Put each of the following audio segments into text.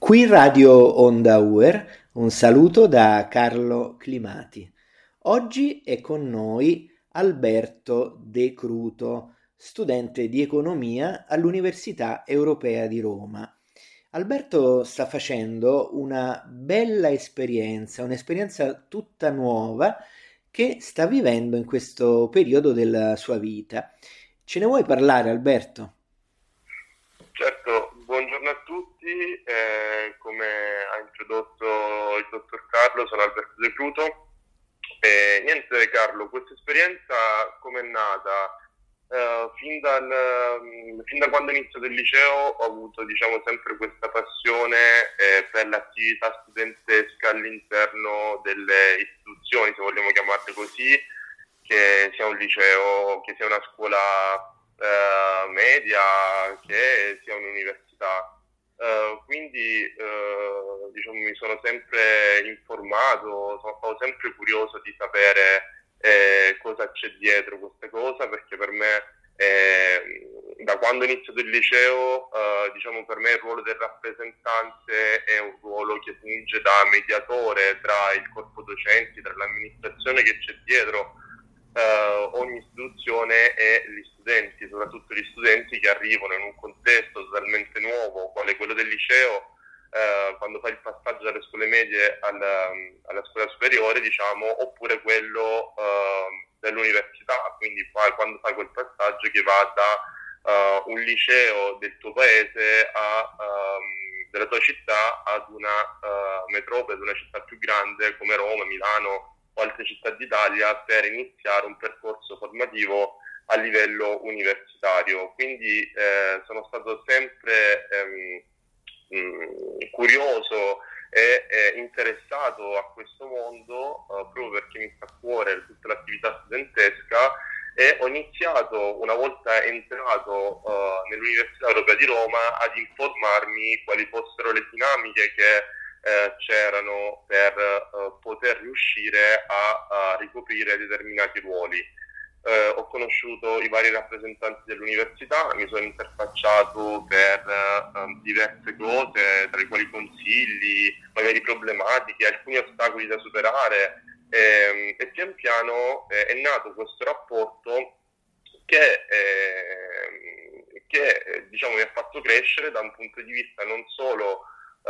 Qui Radio Onda UER, un saluto da Carlo Climati. Oggi è con noi Alberto De Cruto, studente di economia all'Università Europea di Roma. Alberto sta facendo una bella esperienza, un'esperienza tutta nuova che sta vivendo in questo periodo della sua vita. Ce ne vuoi parlare, Alberto? Certo, buongiorno a tutti. Come ha introdotto il dottor Carlo, sono Alberto De Cruto. Niente Carlo, questa esperienza come è nata? Fin da quando ho iniziato il liceo ho avuto sempre questa passione per l'attività studentesca all'interno delle istituzioni, se vogliamo chiamarle così, che sia un liceo, che sia una scuola media, che sia un'università. Quindi mi sono sempre informato, sono sempre curioso di sapere cosa c'è dietro questa cosa, perché per me da quando ho iniziato il liceo per me il ruolo del rappresentante è un ruolo che funge da mediatore tra il corpo docenti, tra l'amministrazione che c'è dietro ogni istituzione e gli studenti, soprattutto gli studenti che arrivano in un contesto totalmente nuovo, quale quello del liceo, quando fai il passaggio dalle scuole medie alla scuola superiore, oppure quello dell'università, quindi quando fai quel passaggio che va da un liceo del tuo paese della tua città ad una metropoli, ad una città più grande come Roma, Milano o altre città d'Italia, per iniziare un percorso formativo a livello universitario. Quindi sono stato sempre curioso e interessato a questo mondo proprio perché mi sta a cuore tutta l'attività studentesca, e ho iniziato, una volta entrato nell'Università Europea di Roma, ad informarmi quali fossero le dinamiche che c'erano per poter riuscire a ricoprire determinati ruoli. Ho conosciuto i vari rappresentanti dell'università, mi sono interfacciato per diverse cose, tra i quali consigli, magari problematiche, alcuni ostacoli da superare, e pian piano è nato questo rapporto che mi ha fatto crescere da un punto di vista non solo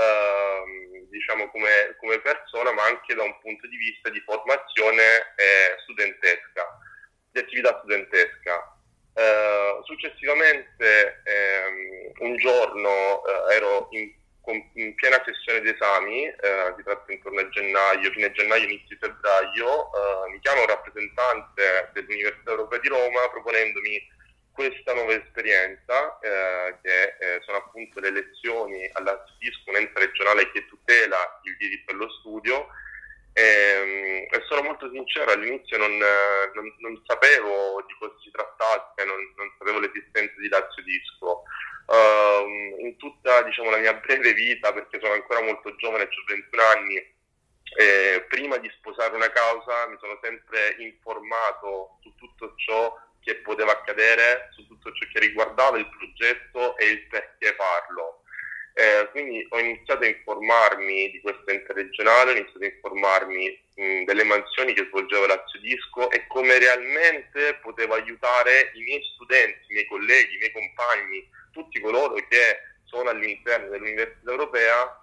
come persona, ma anche da un punto di vista di formazione studentesca, di attività studentesca. Successivamente un giorno ero in piena sessione di esami, si tratta intorno a gennaio, fine gennaio, inizio febbraio, mi chiama un rappresentante dell'Università Europea di Roma proponendomi questa nuova esperienza, che sono appunto le lezioni all'ASFISC, un ente regionale che tutela il diritto allo studio, e sono molto sincero, all'inizio non sapevo di cosa si trattasse, non sapevo l'esistenza di Lazio Disco. In tutta la mia breve vita, perché sono ancora molto giovane, ho 21 anni, prima di sposare una causa mi sono sempre informato su tutto ciò che poteva accadere, su tutto ciò che riguardava il progetto e il perché farlo. Quindi ho iniziato a informarmi di questo ente regionale, ho iniziato a informarmi delle mansioni che svolgeva Lazio Disco e come realmente potevo aiutare i miei studenti, i miei colleghi, i miei compagni, tutti coloro che sono all'interno dell'Università Europea,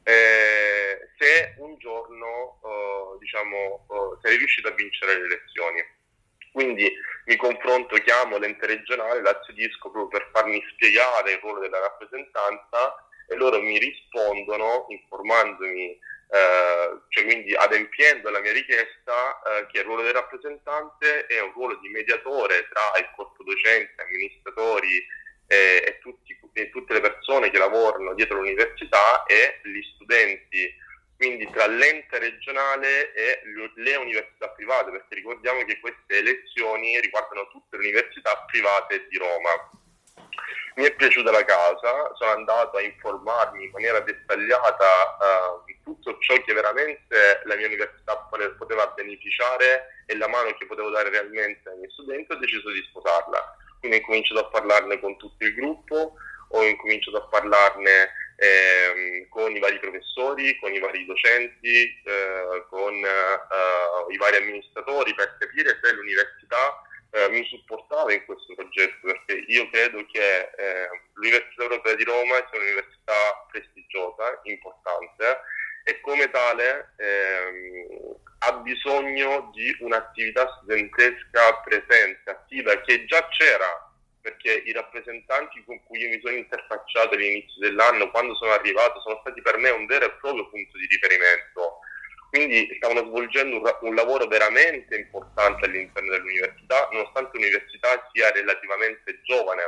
se un giorno sarei riuscito a vincere le elezioni. Quindi mi confronto, chiamo l'ente regionale Lazio Disco proprio per farmi spiegare il ruolo della rappresentanza, e loro mi rispondono informandomi, quindi adempiendo alla mia richiesta, che il ruolo del rappresentante è un ruolo di mediatore tra il corpo docente, amministratori e tutte le persone che lavorano dietro l'università e gli studenti, quindi tra l'ente regionale e le università private, perché ricordiamo che queste elezioni riguardano tutte le università private di Roma. Mi è piaciuta la causa, sono andato a informarmi in maniera dettagliata di tutto ciò che veramente la mia università poteva beneficiare e la mano che potevo dare realmente ai miei studenti. Ho deciso di sposarla, quindi ho incominciato a parlarne con tutto il gruppo, ho incominciato a parlarne con i vari professori, con i vari docenti, con i vari amministratori, per capire se l'università mi supportava in questo progetto, perché io credo che l'Università Europea di Roma sia un'università prestigiosa, importante, e come tale ha bisogno di un'attività studentesca presente, attiva, che già c'era, perché i rappresentanti con cui io mi sono interfacciato all'inizio dell'anno, quando sono arrivato, sono stati per me un vero e proprio punto di riferimento. Quindi stavano svolgendo un lavoro veramente importante all'interno dell'università, nonostante l'università sia relativamente giovane.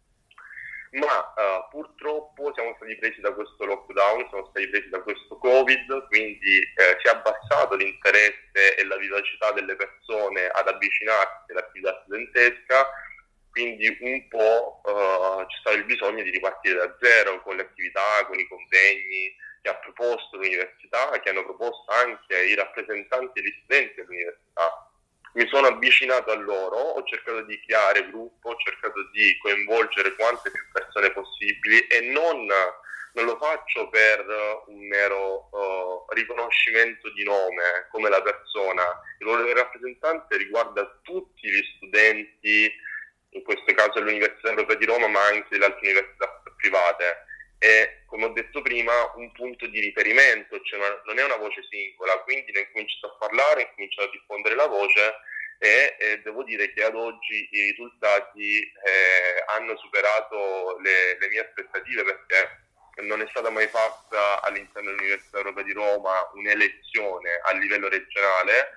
Ma purtroppo siamo stati presi da questo lockdown, siamo stati presi da questo Covid, quindi si è abbassato l'interesse e la vivacità delle persone ad avvicinarsi all'attività studentesca, quindi un po' c'è stato il bisogno di ripartire da zero con le attività, con i convegni che ha proposto l'università, che hanno proposto anche i rappresentanti e gli studenti dell'università. Mi sono avvicinato a loro, ho cercato di creare gruppo, ho cercato di coinvolgere quante più persone possibili e non lo faccio per un mero riconoscimento di nome come la persona. Il ruolo del rappresentante riguarda tutti gli studenti, in questo caso l'Università Europea di Roma, ma anche delle altre università private. E come ho detto prima, un punto di riferimento, cioè non è una voce singola, quindi ne ho cominciato a parlare, ho cominciato a diffondere la voce e devo dire che ad oggi i risultati hanno superato le mie aspettative, perché non è stata mai fatta all'interno dell'Università Europea di Roma un'elezione a livello regionale.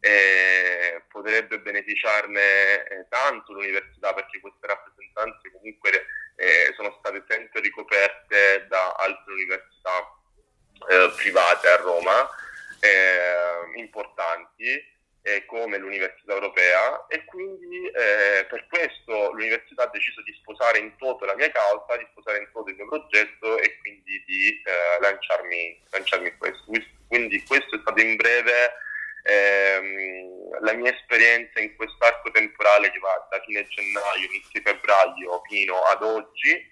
Potrebbe beneficiarne tanto l'università, perché queste rappresentanze comunque sono state sempre ricoperte da altre università private a Roma importanti come l'Università Europea, e quindi per questo l'università ha deciso di sposare in toto la mia causa, di sposare in toto il mio progetto e quindi di lanciarmi in questo. Quindi questo è stato in breve la mia esperienza in quest'arco temporale che va da fine gennaio, inizio febbraio fino ad oggi,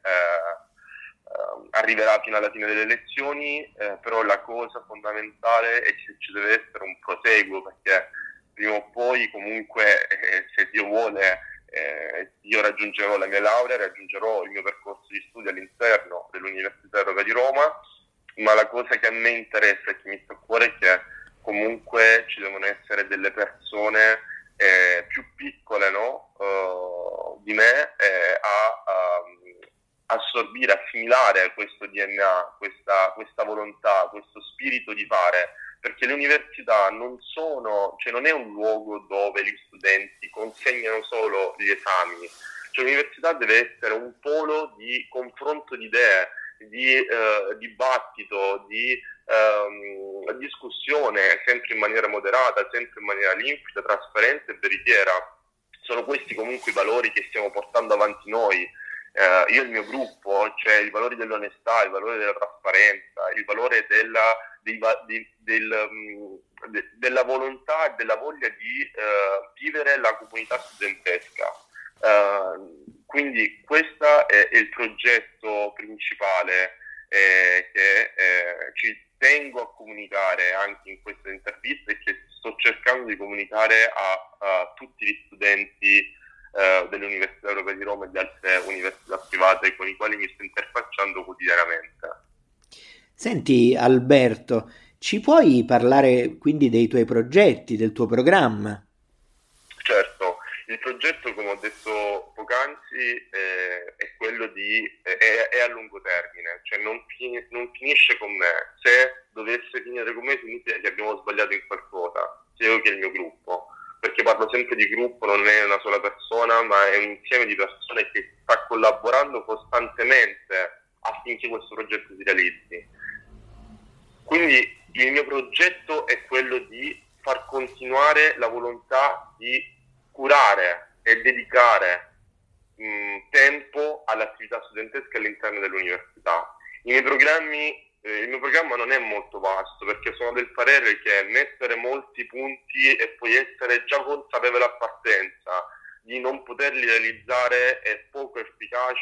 arriverà fino alla fine delle lezioni, però la cosa fondamentale è che ci deve essere un proseguo, perché prima o poi comunque se Dio vuole io raggiungerò la mia laurea, raggiungerò il mio percorso di studio all'interno dell'Università Europea di Roma, ma la cosa che a me interessa e che mi sta a cuore è che comunque ci devono essere delle persone più piccole, no? Di me a assorbire, assimilare questo DNA, questa volontà, questo spirito di fare, perché le università non è un luogo dove gli studenti consegnano solo gli esami, cioè l'università deve essere un polo di confronto di idee, di dibattito, di discussione, sempre in maniera moderata, sempre in maniera limpida, trasparente e veritiera. Sono questi comunque i valori che stiamo portando avanti noi, io e il mio gruppo, cioè i valori dell'onestà, il valore della trasparenza, il valore della volontà e della voglia di vivere la comunità studentesca. Quindi questo è il progetto principale che ci tengo a comunicare anche in questa intervista e che sto cercando di comunicare a tutti gli studenti dell'Università Europea di Roma e di altre università private con i quali mi sto interfacciando quotidianamente. Senti Alberto, ci puoi parlare quindi dei tuoi progetti, del tuo programma? Certo, il progetto, come ho detto poc'anzi, è quello è a lungo termine, cioè non finisce con me. Se dovesse finire con me significa che abbiamo sbagliato in qualcosa, sia io che il mio gruppo, perché parlo sempre di gruppo, non è una sola persona, ma è un insieme di persone che sta collaborando costantemente affinché questo progetto si realizzi. Quindi il mio progetto è quello di far continuare la volontà di curare e dedicare tempo all'attività studentesca all'interno dell'università. Il mio programma non è molto vasto, perché sono del parere che mettere molti punti e poi essere già consapevole a partenza di non poterli realizzare è poco efficace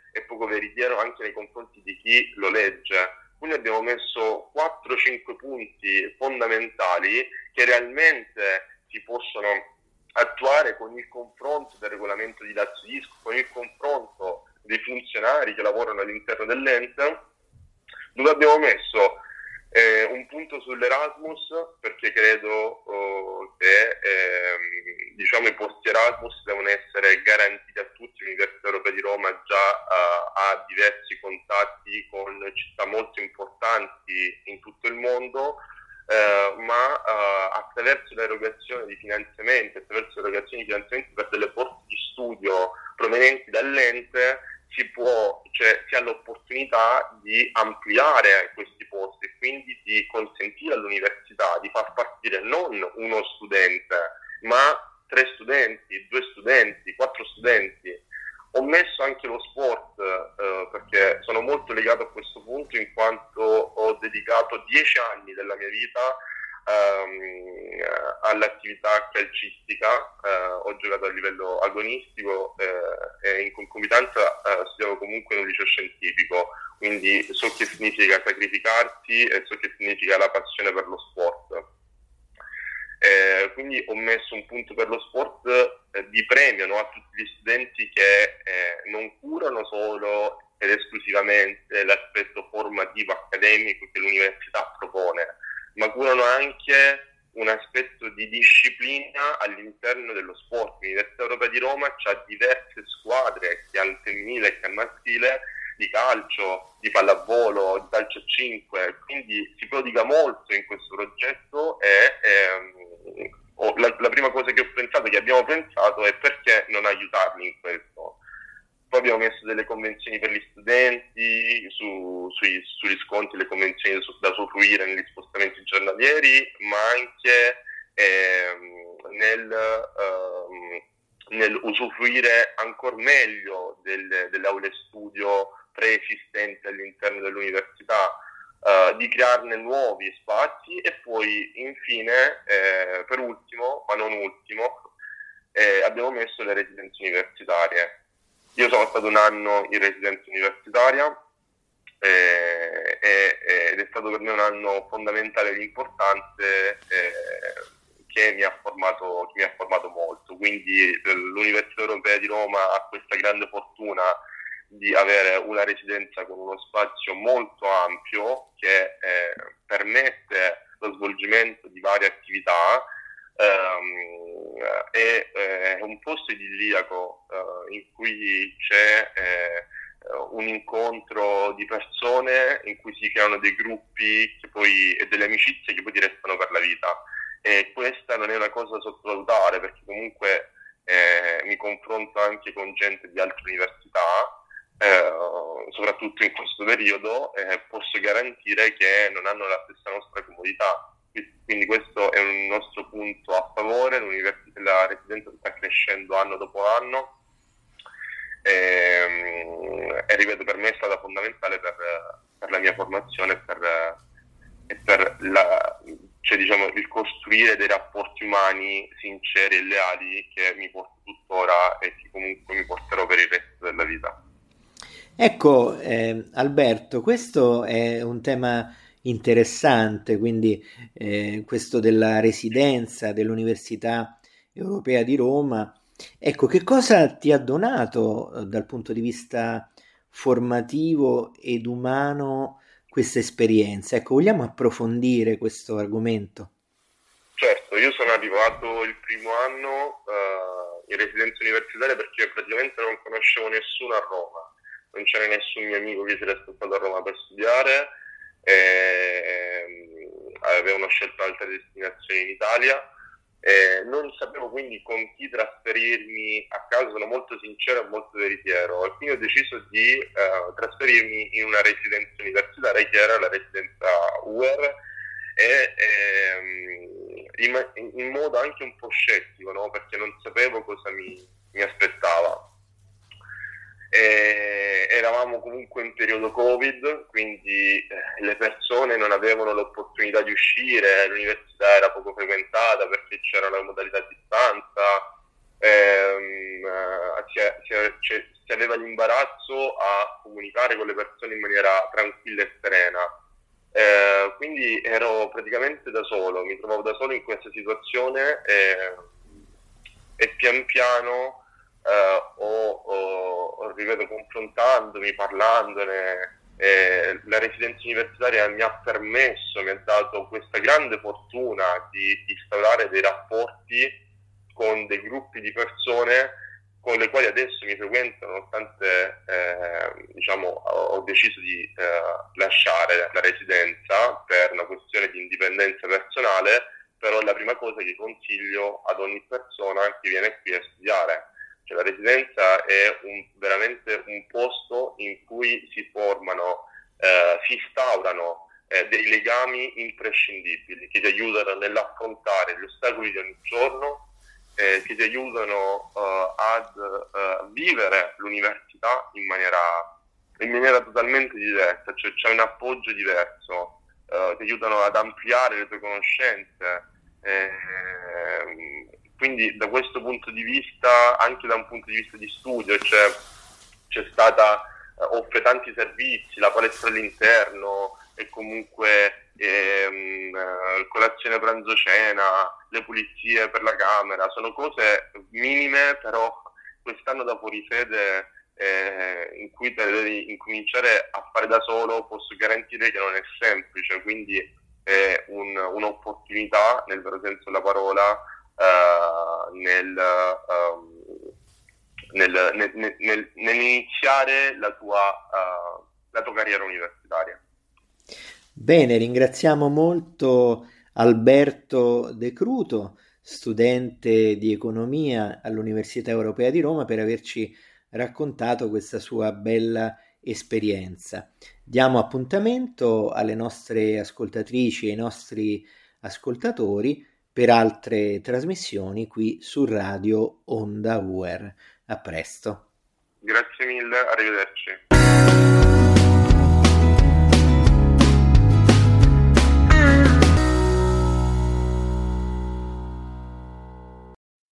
e poco veritiero anche nei confronti di chi lo legge. Quindi abbiamo messo 4-5 punti fondamentali che realmente si possono attuare con il confronto del regolamento di Lazio Disco, con il confronto dei funzionari che lavorano all'interno dell'ente, dove abbiamo messo un punto sull'Erasmus, perché credo che diciamo i posti Erasmus devono essere garantiti a tutti. L'Università Europea di Roma già ha diversi contatti con città molto importanti in tutto il mondo, ma attraverso l'erogazione di finanziamenti, per delle borse di studio provenienti dall'ente si ha l'opportunità di ampliare questi posti e quindi di consentire all'università di far partire non uno studente, ma 3 studenti, 2 studenti, 4 studenti. Ho messo anche lo sport perché sono molto legato a questo punto, in quanto ho dedicato 10 anni della mia vita all'attività calcistica. Ho giocato a livello agonistico e in concomitanza studiavo comunque in un liceo scientifico, quindi so che significa sacrificarsi e so che significa la passione per lo sport. Quindi ho messo un punto per lo sport di premio, no, a tutti gli studenti che non curano solo ed esclusivamente l'aspetto formativo accademico che l'università propone, ma curano anche un aspetto di disciplina all'interno dello sport. L'Università Europea di Roma ha diverse squadre, sia al femminile che al maschile, di calcio, di pallavolo, di calcio a 5, quindi si prodiga molto in questo progetto e la prima cosa che abbiamo pensato è perché non aiutarli in questo. Poi abbiamo messo delle convenzioni per gli studenti sugli sconti, le convenzioni da usufruire negli spostamenti giornalieri, ma anche nel usufruire ancora meglio delle aule studio preesistenti all'interno dell'università, di crearne nuovi spazi e poi infine, per ultimo, ma non ultimo, abbiamo messo le residenze universitarie. Io sono stato un anno in residenza universitaria ed è stato per me un anno fondamentale ed importante che mi ha formato molto. Quindi l'Università Europea di Roma ha questa grande fortuna di avere una residenza con uno spazio molto ampio che permette lo svolgimento di varie attività. È un posto idilliaco in cui c'è un incontro di persone, in cui si creano dei gruppi e delle amicizie che poi ti restano per la vita, e questa non è una cosa da sottovalutare, perché comunque mi confronto anche con gente di altre università, soprattutto in questo periodo, posso garantire che non hanno la stessa nostra comodità. Quindi questo è un nostro punto a favore. La residenza sta crescendo anno dopo anno e ripeto, per me è stata fondamentale per la mia formazione e per il costruire dei rapporti umani sinceri e leali che mi porto tuttora e che comunque mi porterò per il resto della vita. Ecco, Alberto, questo è un tema interessante, quindi questo della residenza dell'Università Europea di Roma. Ecco, che cosa ti ha donato dal punto di vista formativo ed umano questa esperienza? Ecco, vogliamo approfondire questo argomento? Certo, io sono arrivato il primo anno in residenza universitaria perché praticamente non conoscevo nessuno a Roma, non c'era nessun mio amico che si era spostato a Roma per studiare, avevano scelto altre destinazioni in Italia. Non sapevo quindi con chi trasferirmi a casa, sono molto sincero e molto veritiero, e quindi ho deciso di trasferirmi in una residenza universitaria che era la residenza UER, in modo anche un po' scettico, no? Perché non sapevo cosa mi aspettava. Eravamo comunque in periodo Covid, quindi le persone non avevano l'opportunità di uscire, l'università era poco frequentata perché c'era la modalità a distanza, si si aveva l'imbarazzo a comunicare con le persone in maniera tranquilla e serena. Quindi ero praticamente da solo, mi trovavo da solo in questa situazione e pian piano ripeto, confrontandomi, parlandone, la residenza universitaria mi ha permesso, mi ha dato questa grande fortuna di instaurare dei rapporti con dei gruppi di persone con le quali adesso mi frequento, nonostante ho deciso di lasciare la residenza per una questione di indipendenza personale, però è la prima cosa che consiglio ad ogni persona che viene qui a studiare. Cioè, la residenza è veramente un posto in cui si formano, si instaurano dei legami imprescindibili che ti aiutano nell'affrontare gli ostacoli di ogni giorno, che ti aiutano a vivere l'università in maniera totalmente diversa, cioè c'è un appoggio diverso, ti aiutano ad ampliare le tue conoscenze. Quindi da questo punto di vista, anche da un punto di vista di studio, offre tanti servizi, la palestra all'interno e comunque colazione, pranzo, cena, le pulizie per la camera, sono cose minime, però quest'anno da fuori sede in cui te devi incominciare a fare da solo, posso garantire che non è semplice, quindi è un'opportunità nel vero senso della parola nell'iniziare la tua carriera universitaria. Bene, ringraziamo molto Alberto De Cruto, studente di economia all'Università Europea di Roma, per averci raccontato questa sua bella esperienza. Diamo appuntamento alle nostre ascoltatrici e ai nostri ascoltatori per altre trasmissioni qui su Radio Onda UR. A presto. Grazie mille, arrivederci.